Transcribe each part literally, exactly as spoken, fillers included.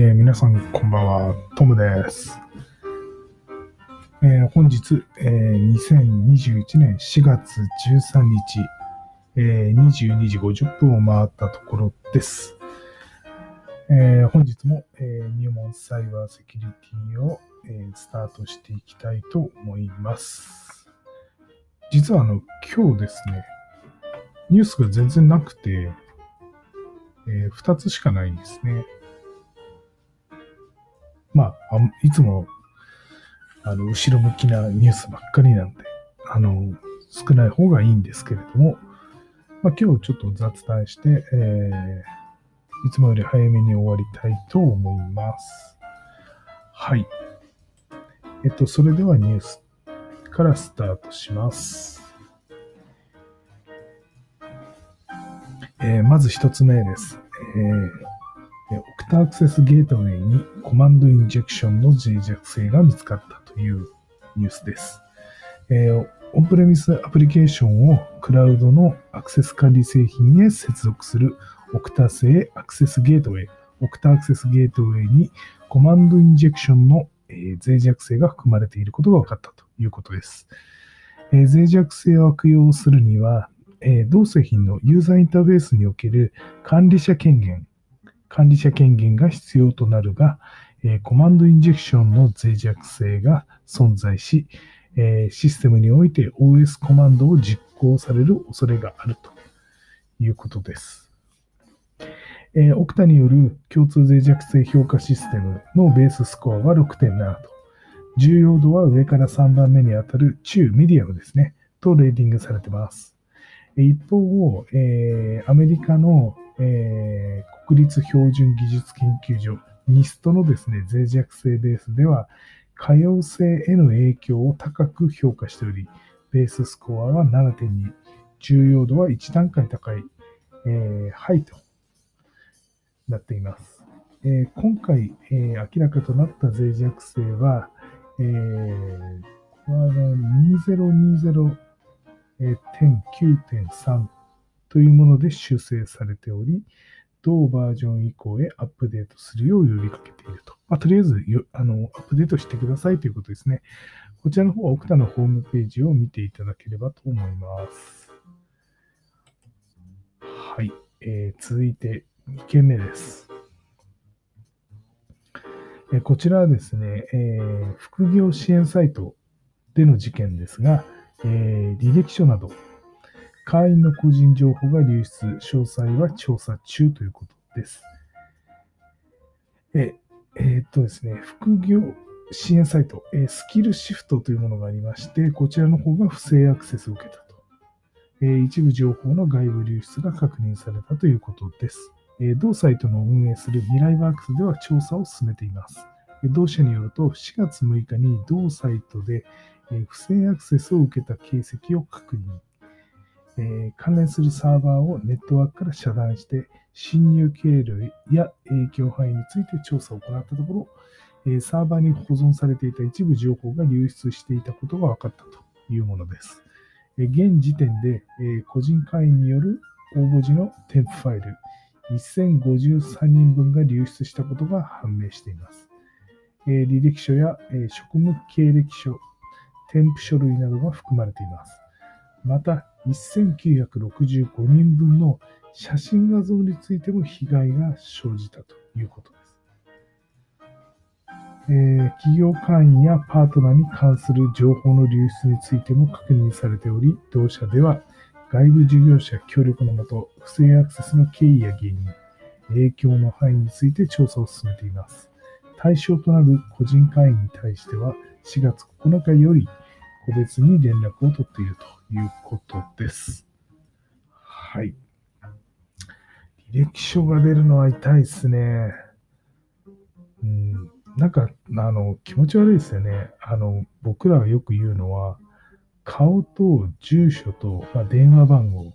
えー皆さんこんばんは、トムです。えー本日、えーにせんにじゅういちねんしがつじゅうさんにち、えーにじゅうにじごじゅっぷんを回ったところです。えー本日も、えー入門サイバーセキュリティを、えースタートしていきたいと思います。実はあの今日ですね、ニュースが全然なくて、えーふたつしかないんですね。まあ、あいつもあの後ろ向きなニュースばっかりなんで、あの少ない方がいいんですけれども、まあ、今日ちょっと雑談して、えーいつもより早めに終わりたいと思います。はい。えっと、それではニュースからスタートします。えーまず一つ目です。えーオクタアクセスゲートウェイにコマンドインジェクションの脆弱性が見つかったというニュースです。えーオンプレミスアプリケーションをクラウドのアクセス管理製品へ接続するオクタ製アクセスゲートウェイ、オクタアクセスゲートウェイにコマンドインジェクションの、えー脆弱性が含まれていることが分かったということです。えー脆弱性を悪用するには、えー同製品のユーザーインターフェースにおける管理者権限、管理者権限が必要となるが、えーコマンドインジェクションの脆弱性が存在し、えーシステムにおいて オーエス コマンドを実行される恐れがあるということです。えー、オクタによる共通脆弱性評価システムのベーススコアは ろくてんなな と、重要度は上からさんばんめにあたる中ミディアムですね、とレーティングされています。一方、えーアメリカの、えー国立標準技術研究所 ニスト のですね、脆弱性ベースでは、可用性への影響を高く評価しており、ベーススコアは ななてんに、重要度はいち段階高い、えーハイとなっています。えー今回、えー明らかとなった脆弱性は、えーこれはあのにせんにじゅう点 きゅうてんさん というもので修正されており、同バージョン以降へアップデートするよう呼びかけていると。まあ、とりあえずよあのアップデートしてくださいということですね。こちらの方はオクタのホームページを見ていただければと思います。はい。えー続いてにけんめです。えーこちらはですね、えー副業支援サイトでの事件ですが、えー履歴書など会員の個人情報が流出、詳細は調査中ということです。ええーっとですね、副業支援サイト、えースキルシフトというものがありまして、こちらの方が不正アクセスを受けたと。えー一部情報の外部流出が確認されたということです。えー同サイトの運営する未来ワークスでは調査を進めています。えー同社によると、しがつむいかに同サイトでえー不正アクセスを受けた形跡を確認。えー関連するサーバーをネットワークから遮断して、侵入経路や影響範囲について調査を行ったところ、えーサーバーに保存されていた一部情報が流出していたことが分かったというものです。えー現時点で、えー個人会員による応募時の添付ファイルせんごじゅうさんにんぶんが流出したことが判明しています。えー履歴書や、えー職務経歴書、添付書類などが含まれています。また、せんきゅうひゃくろくじゅうごにんぶんの写真画像についても被害が生じたということです。えー企業会員やパートナーに関する情報の流出についても確認されており、同社では外部事業者協力のもと、不正アクセスの経緯や原因、影響の範囲について調査を進めています。対象となる個人会員に対しては、しがつここのかより個別に連絡を取っているということです。はい。履歴書が出るのは痛いですね。うん、なんか、あの、気持ち悪いですよね。あの、僕らがよく言うのは、顔と住所と、まあ、電話番号。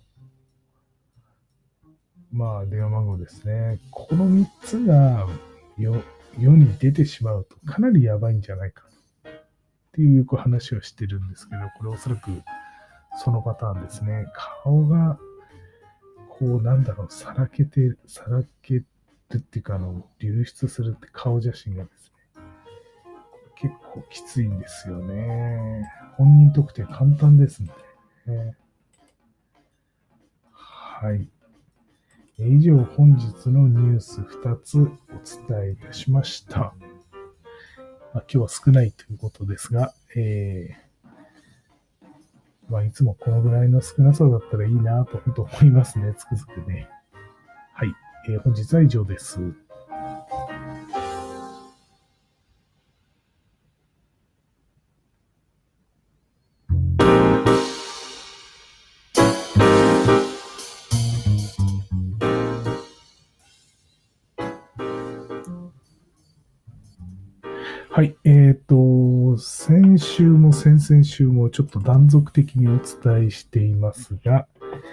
まあ、電話番号ですね。このみっつが世世に出てしまうとかなりやばいんじゃないかっていうよく話をしてるんですけど、これおそらくそのパターンですね。顔が、こう、なんだろう、さらけて、さらけるっていうか、あの、流出するって顔写真がですね、結構きついんですよね。本人特定簡単ですので、ね。はい。以上、本日のニュースふたつお伝えいたしました。まあ、今日は少ないということですが、えーまあ、いつもこのぐらいの少なさだったらいいなと本当思いますね、つくづくね。はい、えー、本日は以上です。はい、えっと、先週も先々週もちょっと断続的にお伝えしていますが、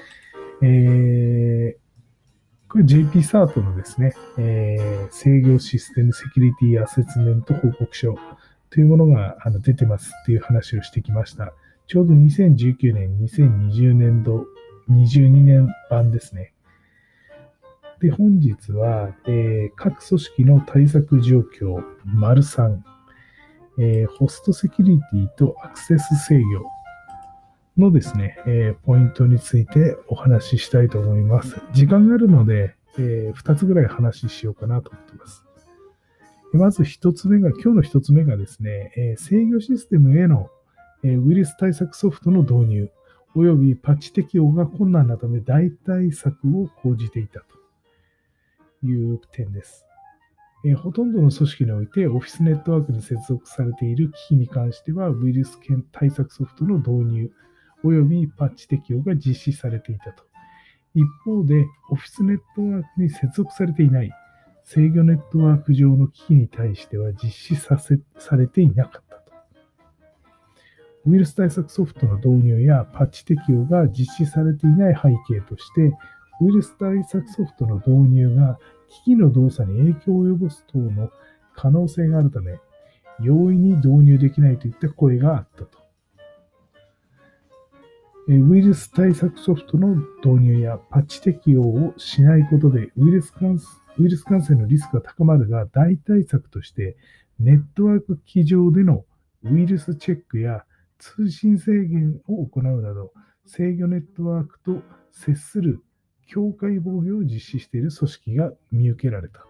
えー、これ ジェイピー サートのですね、えー、制御システムセキュリティアセスメント報告書というものがあの出てますっていう話をしてきました。ちょうどにせんじゅうきゅうねん、にせんにじゅうねんど、にじゅうにねん版ですね。で、本日は、えー、各組織の対策状況、丸さん、えー、ホストセキュリティとアクセス制御のですね、えー、ポイントについてお話ししたいと思います。時間があるので、えー、ふたつぐらい話ししようかなと思っています。まずひとつめが、今日のひとつめがですね、えー、制御システムへの、えー、ウイルス対策ソフトの導入、およびパッチ適用が困難なため代替策を講じていたという点です。えー、ほとんどの組織においてオフィスネットワークに接続されている機器に関しては、ウイルス対策ソフトの導入、およびパッチ適用が実施されていたと。一方で、オフィスネットワークに接続されていない制御ネットワーク上の機器に対しては実施させされていなかったと。ウイルス対策ソフトの導入やパッチ適用が実施されていない背景として、ウイルス対策ソフトの導入が機器の動作に影響を及ぼす等の可能性があるため、容易に導入できないといった声があったと。ウイルス対策ソフトの導入やパッチ適用をしないことでウイルス感ウイルス感染のリスクが高まるが、代替策としてネットワーク機上でのウイルスチェックや通信制限を行うなど、制御ネットワークと接する境界防御を実施している組織が見受けられたと。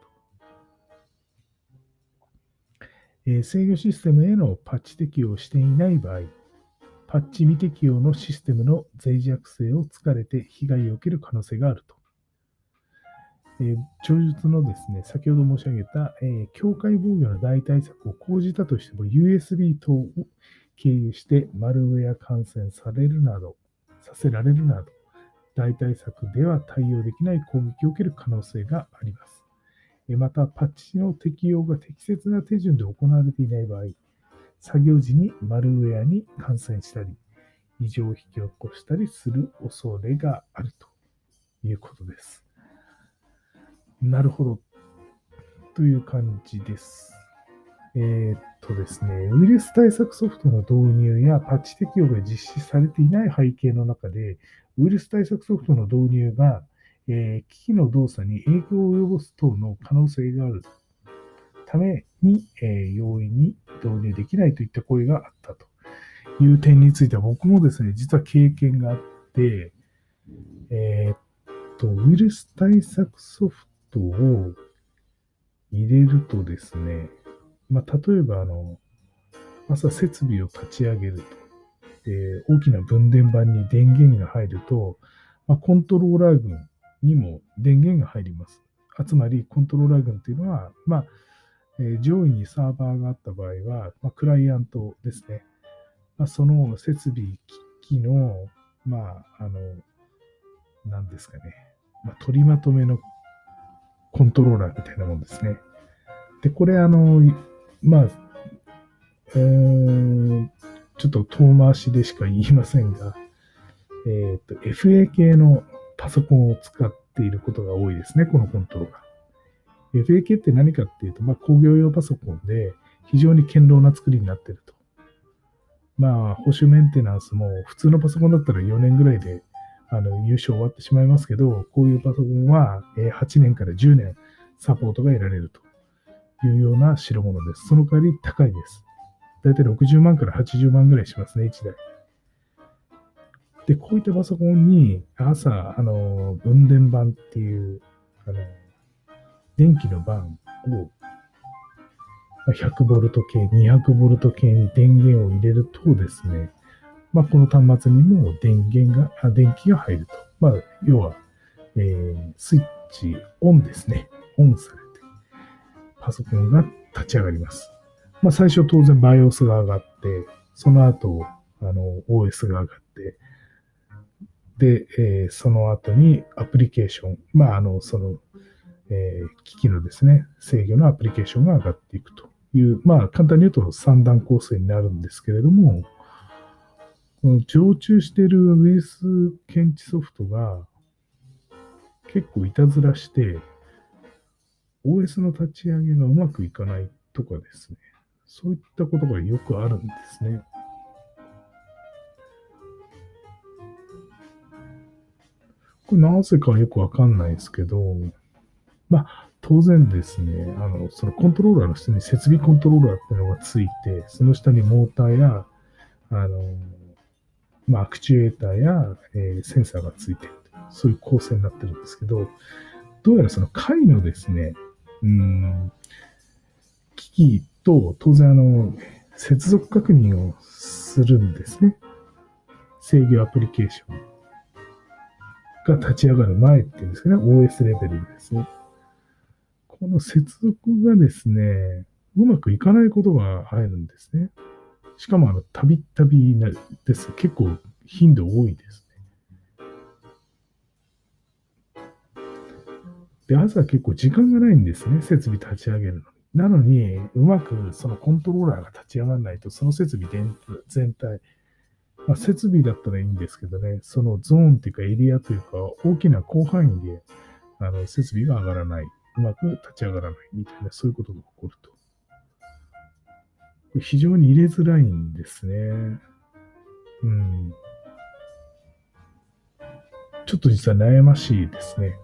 えー、制御システムへのパッチ適用をしていない場合、パッチ未適用のシステムの脆弱性を突かれて被害を受ける可能性があると。えー、著述のですね、先ほど申し上げた、えー、境界防御の代替策を講じたとしても ユーエスビー 等を経由してマルウェア感染されるなど、させられるなど、代替策では対応できない攻撃を受ける可能性があります。また、パッチの適用が適切な手順で行われていない場合、作業時にマルウェアに感染したり、異常を引き起こしたりする恐れがあるということです。なるほど。という感じです。えー、っとですね、ウイルス対策ソフトの導入やパッチ適用が実施されていない背景の中で、ウイルス対策ソフトの導入が、えー、機器の動作に影響を及ぼす等の可能性があるために、えー、容易に導入できないといった声があったという点については、僕もですね、実は経験があって、えー、っと、ウイルス対策ソフトを入れるとですね、まあ、例えば、あの、朝設備を立ち上げると。で、大きな分電盤に電源が入ると、まあ、コントローラー群にも電源が入ります。つまり、コントローラー群というのは、まあ、えー、上位にサーバーがあった場合は、まあ、クライアントですね。まあ、その設備、機器の、まあ、あの、何ですかね。まあ、取りまとめのコントローラーみたいなもんですね。で、これ、あの、まあ、えー、ちょっと遠回しでしか言いませんが、えっと、エフエー 系のパソコンを使っていることが多いですね、このコントローラー。エフエー 系って何かっていうと、まあ、工業用パソコンで非常に堅牢な作りになっていると。まあ、保守メンテナンスも普通のパソコンだったらよねんぐらいであの優勝終わってしまいますけど、こういうパソコンははちねんからじゅうねんサポートが得られるというような代物です。その代わり高いです。だいたいろくじゅうまんからはちじゅうまんぐらいしますね、いちだい。で、こういったパソコンに朝、あの、分電盤っていう、あの、電気の盤をひゃくボルト系、にひゃくボルト系に電源を入れるとですね、まあ、この端末にも電源が、あ電気が入ると。まあ、要は、えー、スイッチオンですね。オンされて、パソコンが立ち上がります。まあ、最初当然 バイオス が上がって、その後、あの、オーエス が上がって、で、えー、その後にアプリケーション、まあ、あの、その、えー、機器のですね、制御のアプリケーションが上がっていくという、まあ、簡単に言うとさん段構成になるんですけれども、この常駐している ウエス 検知ソフトが結構いたずらして、オーエス の立ち上げがうまくいかないとかですね、そういったことがよくあるんですね。これなぜかはよくわかんないですけど、まあ、当然ですね、あの、そのコントローラーの下に設備コントローラーっていうのがついて、その下にモーターや、あの、まあ、アクチュエーターや、えーセンサーがついている。そういう構成になってるんですけど、どうやらその回のですね、うーん、機器と当然あの、接続確認をするんですね。制御アプリケーションが立ち上がる前っていうんですかね、オーエス レベルですね。この接続がですね、うまくいかないことがあるんですね。しかも、あの、たびたびなです。結構頻度多いですね。で、朝結構時間がないんですね。設備立ち上げるのに。なのに、うまくそのコントローラーが立ち上がらないと、その設備全体、まあ、設備だったらいいんですけどね、そのゾーンというかエリアというか、大きな広範囲であの設備が上がらない、うまく立ち上がらないみたいな、そういうことが起こると。これ非常に入れづらいんですね。うん。ちょっと実は悩ましいですね。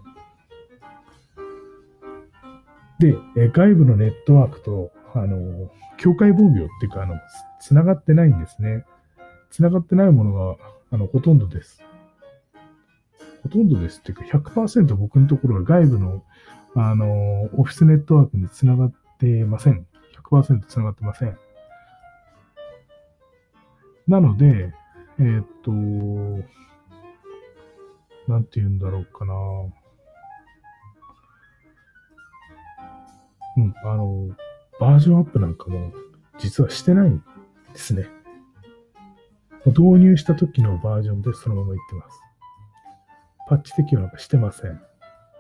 で、え外部のネットワークと、あの、境界防御っていうか、あの、つながってないんですね。つながってないものが、あの、ほとんどです。ほとんどですっていうか、ひゃくパーセント僕のところは外部の、あの、オフィスネットワークにつながってません。ひゃくパーセントつながってません。なので、えーっと、なんて言うんだろうかな。うん、あの、バージョンアップなんかも実はしてないんですね。導入した時のバージョンでそのままいってます。パッチ適用なんかしてません。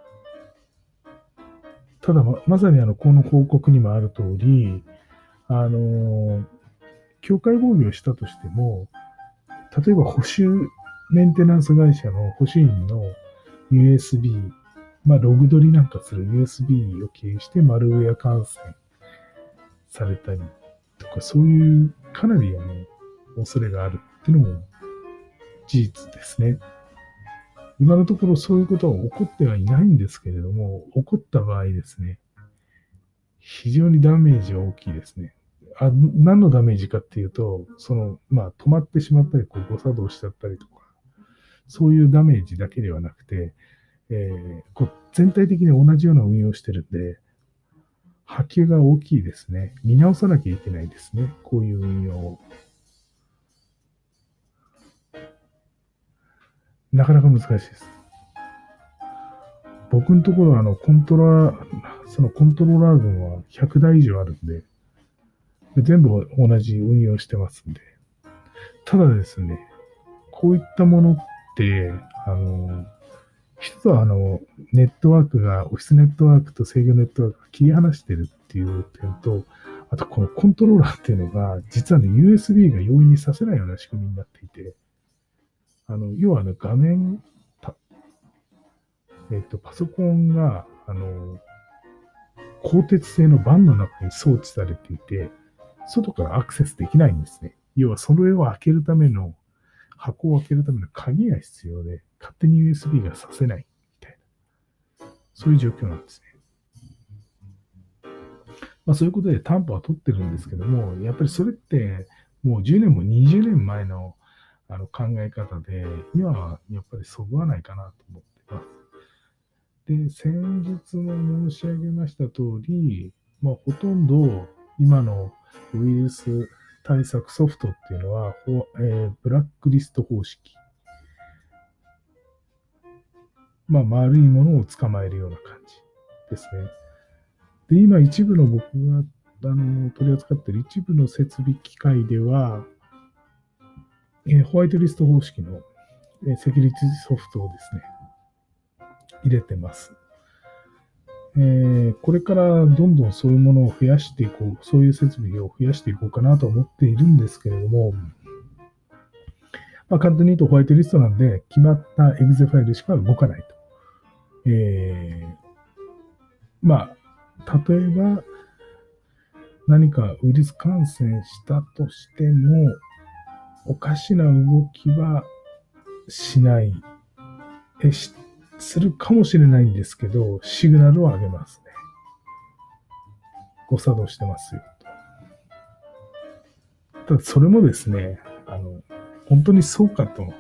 ただま、まさにあの、この報告にもある通り、あの、境界防御をしたとしても、例えば保守メンテナンス会社の保守員の ユーエスビー、まあ、ログ取りなんかする ユーエスビー を経由してマルウェア感染されたりとか、そういうかなりあの恐れがあるっていうのも事実ですね。今のところそういうことは起こってはいないんですけれども、起こった場合ですね、非常にダメージは大きいですね。あ、何のダメージかっていうと、その、まあ、止まってしまったり、こう誤作動しちゃったりとか、そういうダメージだけではなくて、えー、こう全体的に同じような運用をしてるんで、波及が大きいですね。見直さなきゃいけないですね。こういう運用を。なかなか難しいです。僕のところは、あの、コントローラー、そのコントローラー群はひゃくだい以上あるんで、全部同じ運用してますんで。ただですね、こういったものって、あの、一つはあの、ネットワークが、オフィスネットワークと制御ネットワークが切り離してるっていう点と、あとこのコントローラーっていうのが、実はね、ユーエスビー が容易にさせないような仕組みになっていて、あの、要はあの画面、えっと、パソコンが、あの、鋼鉄製のバンの中に装置されていて、外からアクセスできないんですね。要はそれを開けるための、箱を開けるための鍵が必要で、勝手に ユーエスビー がさせないみたいな、そういう状況なんですね。 まあ、そういうことで担保は取ってるんですけども、やっぱりそれってもうじゅうねんもにじゅうねんまえのあの考え方で、今はやっぱりそぐわないかなと思ってます。で、先日も申し上げました通り、まあ、ほとんど今のウイルス対策ソフトっていうのは、えー、ブラックリスト方式。まあ、丸いものを捕まえるような感じですね。で、今一部の僕があの取り扱っている一部の設備機械では、えー、ホワイトリスト方式の、えー、セキュリティソフトをですね、入れてます。えー、これからどんどんそういうものを増やしていこう、そういう設備を増やしていこうかなと思っているんですけれども、まあ、簡単に言うとホワイトリストなんで、決まったエグゼファイルしか動かないと。えー、まあ、例えば、何かウイルス感染したとしても、おかしな動きはしない。えしするかもしれないんですけど、シグナルを上げますね。誤作動してますよと。ただ、それもですね、あの、本当にそうかと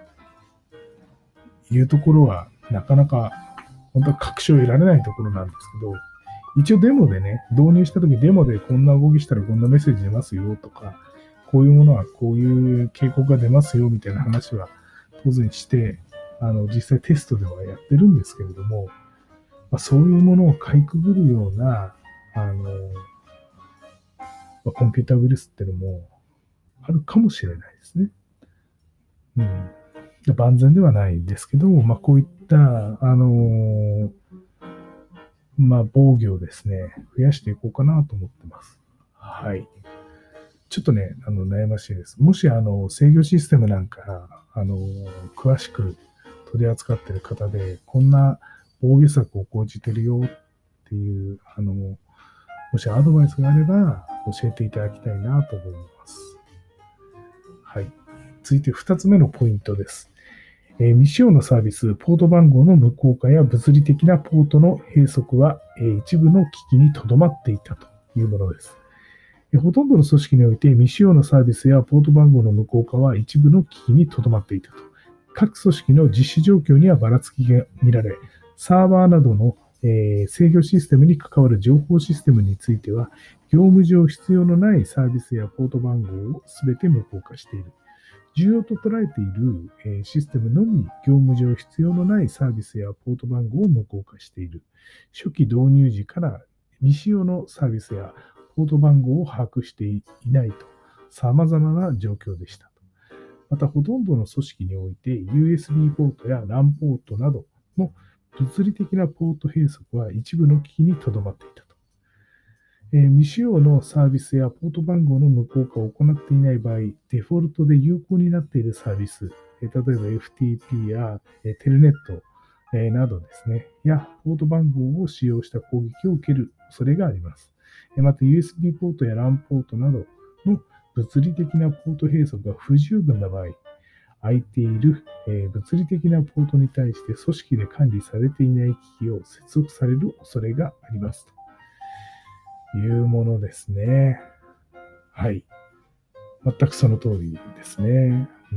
いうところは、なかなか、本当は確証を得られないところなんですけど、一応デモでね、導入したときデモでこんな動きしたらこんなメッセージ出ますよとか、こういうものはこういう警告が出ますよみたいな話は当然して、あの、実際テストではやってるんですけれども、まあ、そういうものをかいくぐるような、あの、まあ、コンピューターウイルスっていうのもあるかもしれないですね。うん。万全ではないですけど、まあ、こういった、あの、まあ、防御をですね、増やしていこうかなと思ってます。はい。ちょっとね、あの、悩ましいです。もし、あの、制御システムなんか、あの、詳しく取り扱っている方で、こんな防御策を講じてるよっていう、あの、もしアドバイスがあれば、教えていただきたいなと思います。はい。続いてふたつめのポイントです。えー、未使用のサービス、ポート番号の無効化や物理的なポートの閉塞は、えー、一部の機器にとどまっていたというものです。えー、ほとんどの組織において未使用のサービスやポート番号の無効化は一部の機器にとどまっていたと。各組織の実施状況にはばらつきが見られ、サーバーなどの、えー、制御システムに関わる情報システムについては、業務上必要のないサービスやポート番号をすべて無効化している。重要と捉えている、えー、システムのみ業務上必要のないサービスやポート番号を無効化している。初期導入時から未使用のサービスやポート番号を把握していないと様々な状況でした。また、ほとんどの組織において ユーエスビー ポートや ラン ポートなどの物理的なポート閉塞は一部の機器にとどまっていたと。えー、未使用のサービスやポート番号の無効化を行っていない場合、デフォルトで有効になっているサービス、えー、例えば エフティーピー や、えー、テルネット、えー、などですね、やポート番号を使用した攻撃を受ける恐れがあります。えー、また ユーエスビー ポートや ラン ポートなどの物理的なポート閉塞が不十分な場合、空いている、えー、物理的なポートに対して組織で管理されていない機器を接続される恐れがあります。というものですね。はい。全くその通りですね。うん、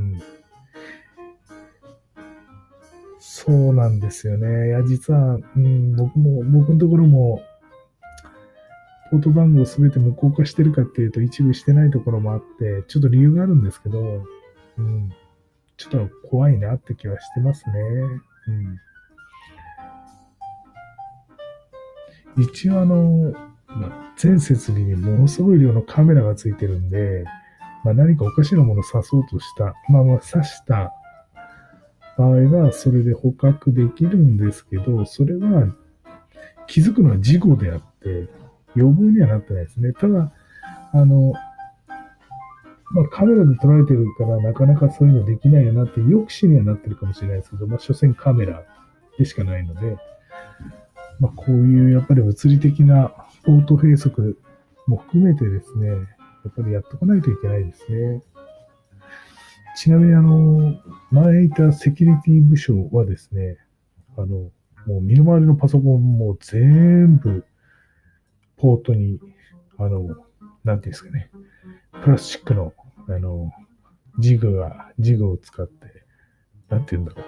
そうなんですよね。いや、実は、うん、僕も、僕のところも、ポート番号すべて無効化してるかっていうと、一部してないところもあって、ちょっと理由があるんですけど、うん、ちょっと怖いなって気はしてますね。うん、一応、あの、まあ、全設備にものすごい量のカメラがついてるんで、まあ、何かおかしなものを刺そうとした、まあ、まあ刺した場合は、それで捕獲できるんですけど、それは気づくのは事後であって、予防にはなってないですね。ただ、あの、まあ、カメラで撮られてるからなかなかそういうのできないよなって抑止にはなってるかもしれないですけど、まあ、所詮カメラでしかないので、まあ、こういうやっぱり物理的なポート閉塞も含めてですね、やっぱりやっとかないといけないですね。ちなみにあの、前いたセキュリティ部署はですね、あの、もう身の回りのパソコンも全部ポートにあの、なんていうんですかね、プラスチックの、あの、ジグが、ジグを使って、なんていうんだろ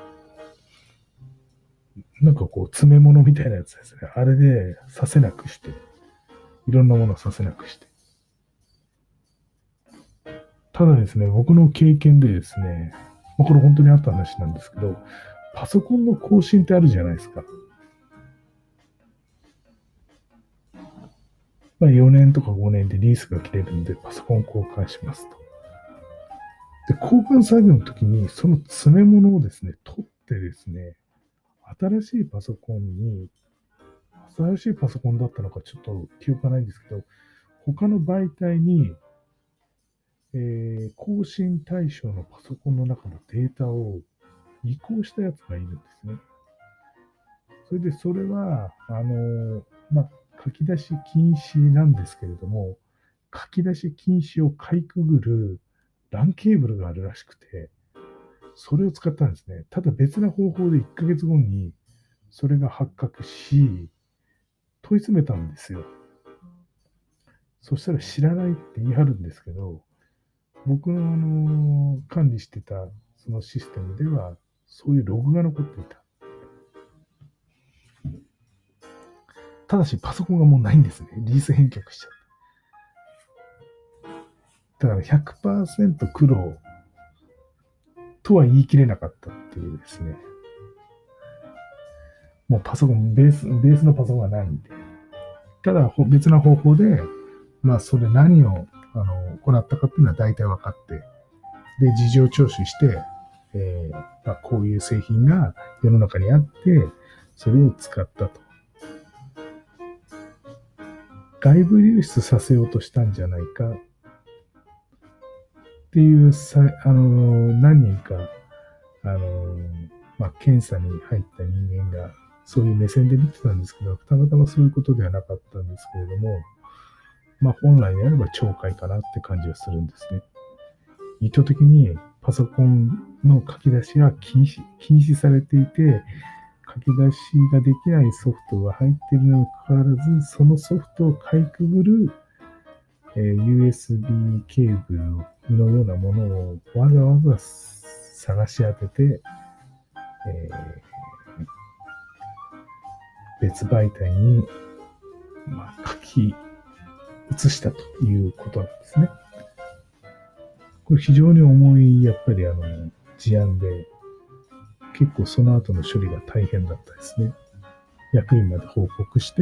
う。なんかこう、詰め物みたいなやつですね。あれで刺せなくして、いろんなものを刺せなくして。ただですね、僕の経験でですね、これ本当にあった話なんですけど、パソコンの更新ってあるじゃないですか。まあ、よねんとかごねんでリースが切れるんで、パソコン交換しますと。で、交換作業の時に、その詰め物をですね、取ってですね、新しいパソコンに、新しいパソコンだったのかちょっと記憶がないんですけど、他の媒体に、えー更新対象のパソコンの中のデータを移行したやつがいるんですね。それで、それは、あの、まあ、書き出し禁止なんですけれども、書き出し禁止をかいくぐる ラン ケーブルがあるらしくて、それを使ったんですね。ただ別な方法でいっかげつごにそれが発覚し、問い詰めたんですよ。そしたら知らないって言い張るんですけど、僕のあの管理してたそのシステムでは、そういうログが残っていた。ただしパソコンがもうないんですね。リース返却しちゃった。だからひゃくパーセント苦労とは言い切れなかったっていうですね。もうパソコン、ベース、ベースのパソコンがないんで。ただ別な方法で、まあそれ何をあの行ったかっていうのは大体分かって、で、事情聴取して、えーまあ、こういう製品が世の中にあって、それを使ったと。外部流出させようとしたんじゃないかっていうさ、あのー何人か、あのーまあ、検査に入った人間が、そういう目線で見てたんですけど、たまたまそういうことではなかったんですけれども、まあ、本来であれば懲戒かなって感じはするんですね。意図的にパソコンの書き出しは禁止、禁止されていて、書き出しができないソフトが入っているのにかかわらず、そのソフトをかいくぐる、えー ユーエスビー ケーブルのようなものをわざわざ探し当てて、えー別媒体に、まあ、書き写したということなんですね。これ非常に重い、やっぱりあの、事案で、結構その後の処理が大変だったですね。役員まで報告して、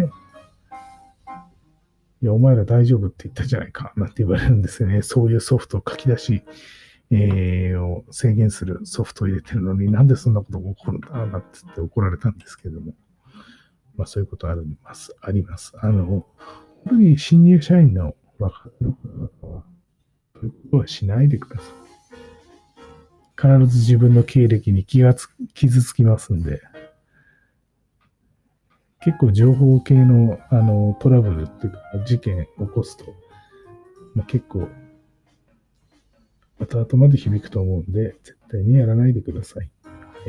いや、お前ら大丈夫って言ったじゃないか、なんて言われるんですよね。そういうソフトを書き出し、えー、を制限するソフトを入れてるのに、なんでそんなことが起こるんだ、なんて言って怒られたんですけれども。まあそういうことあります。あります。あの、本当に新入社員の若い方は、そういうことはしないでください。必ず自分の経歴に気がつ傷つきますんで、結構情報系のあのトラブルっていうか事件起こすと、まあ、結構後々まで響くと思うんで、絶対にやらないでください。はい。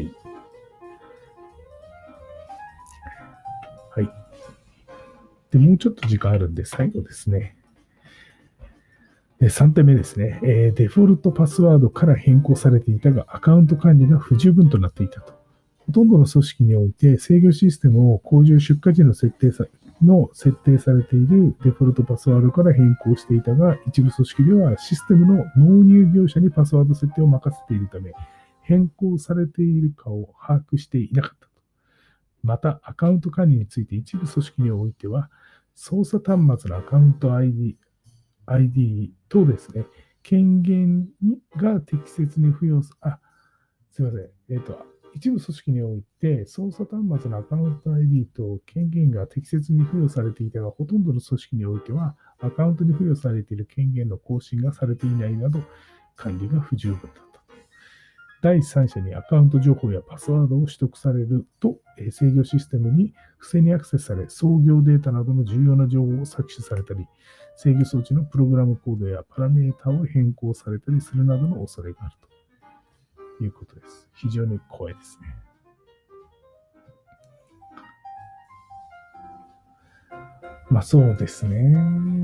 はい。で、もうちょっと時間あるんで、最後ですね。でさんてんめですね、えー。デフォルトパスワードから変更されていたが、アカウント管理が不十分となっていたと。ほとんどの組織において制御システムを工場出荷時の設定さの設定されているデフォルトパスワードから変更していたが、一部組織ではシステムの納入業者にパスワード設定を任せているため、変更されているかを把握していなかったと。また、アカウント管理について一部組織においては、操作端末のアカウント アイディー、アイディー とですね、権限が適切に付与す、あ、すいません。えっ、と、一部組織において、操作端末のアカウント アイディー と権限が適切に付与されていたが、ほとんどの組織においては、アカウントに付与されている権限の更新がされていないなど、管理が不十分だった。第三者にアカウント情報やパスワードを取得されると、制御システムに不正にアクセスされ、創業データなどの重要な情報を搾取されたり、制御装置のプログラムコードやパラメータを変更されたりするなどの恐れがあるということです。非常に怖いですね。 まあそうですね。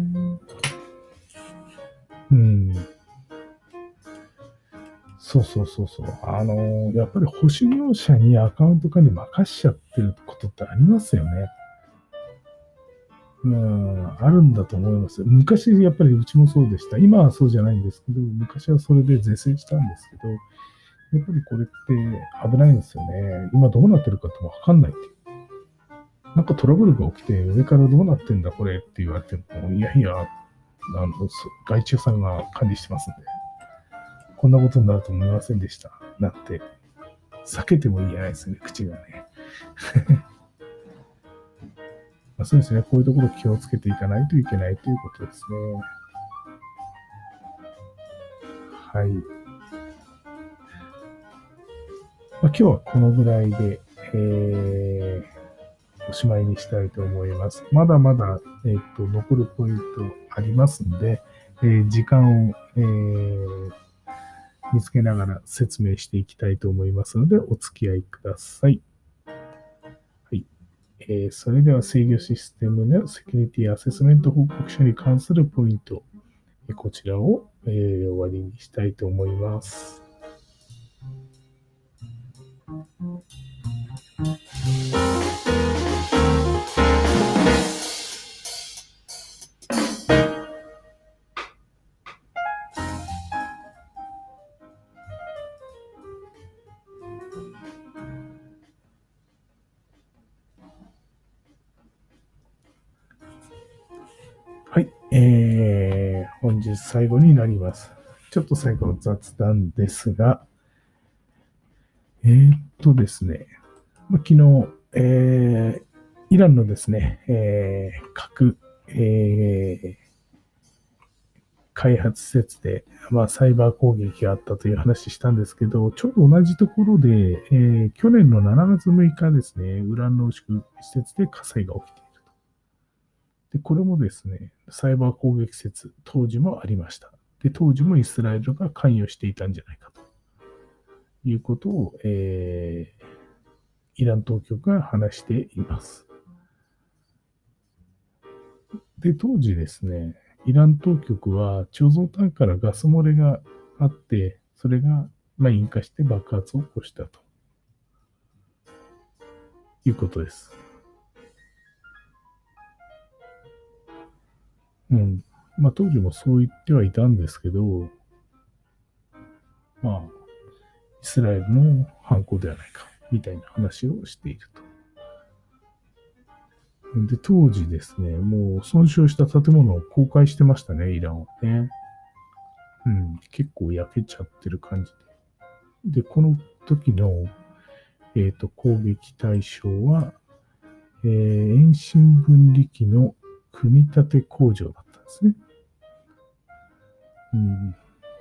うん。そうそうそうそう。あの、やっぱり保守業者にアカウント管理任しちゃってることってありますよね。うん、あるんだと思います。昔、やっぱりうちもそうでした。今はそうじゃないんですけど、昔はそれで是正したんですけど、やっぱりこれって危ないんですよね。今どうなってるかってわかんないっていう。なんかトラブルが起きて、上からどうなってんだこれって言われても、いやいや、あの、外注さんが管理してますんで、こんなことになると思いませんでした。なって、避けても言えないですね、口がね。まあ、そうですね、こういうところ気をつけていかないといけないということですね。はい。まあ、今日はこのぐらいで、えー、おしまいにしたいと思います。まだまだ、えっと、残るポイントありますので、えー、時間を、えー、見つけながら説明していきたいと思いますので、お付き合いください。はい。えー、それでは制御システムのセキュリティアセスメント報告書に関するポイント、こちらを、えー、終わりにしたいと思います。はい。えー、本日最後になります。ちょっと最後の雑談ですが、えー、っとですね、昨日、えー、イランのですね、えー、核、えー、開発施設で、まあ、サイバー攻撃があったという話したんですけど、ちょうど同じところで、えー、去年のしちがつむいかですね、ウラン濃縮施設で火災が起きていると。で、これもですね、サイバー攻撃施設、当時もありました。で、当時もイスラエルが関与していたんじゃないかということを、えー、イラン当局が話しています。で、当時ですね、イラン当局は貯蔵タンクからガス漏れがあって、それが、まあ、引火して爆発を起こしたということです。うん。まあ、当時もそう言ってはいたんですけど、まあ、イスラエルの犯行ではないか、みたいな話をしていると。で、当時ですね、もう損傷した建物を公開してましたね、イランはね。うん、結構焼けちゃってる感じで。で、この時の、えっ、ー、と、攻撃対象は、えー、遠心分離機の組み立て工場だったんですね。うん、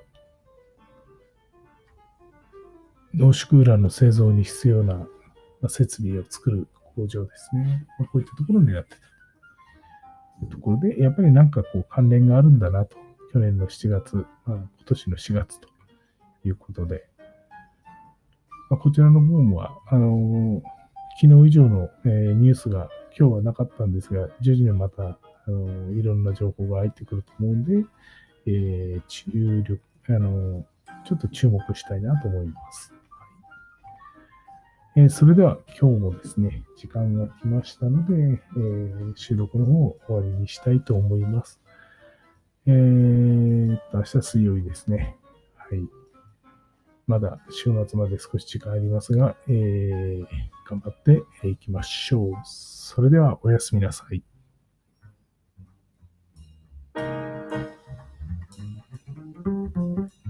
濃縮ウランの製造に必要な設備を作る工場ですね。まあ、こういったところになってた。というところで、やっぱりなんかこう関連があるんだなと。去年のしちがつ、まあ、今年のしがつということで、まあ、こちらの部分は、あのー、昨日以上の、えー、ニュースが今日はなかったんですが、徐々にまた、あのー、いろんな情報が入ってくると思うんで、えー、注力、あのー、ちょっと注目したいなと思います。えー、それでは今日もですね、時間が来ましたので、えー、収録の方を終わりにしたいと思います。えー、っと、明日水曜日ですね。はい。まだ週末まで少し時間ありますが、えー、頑張っていきましょう。それではおやすみなさい。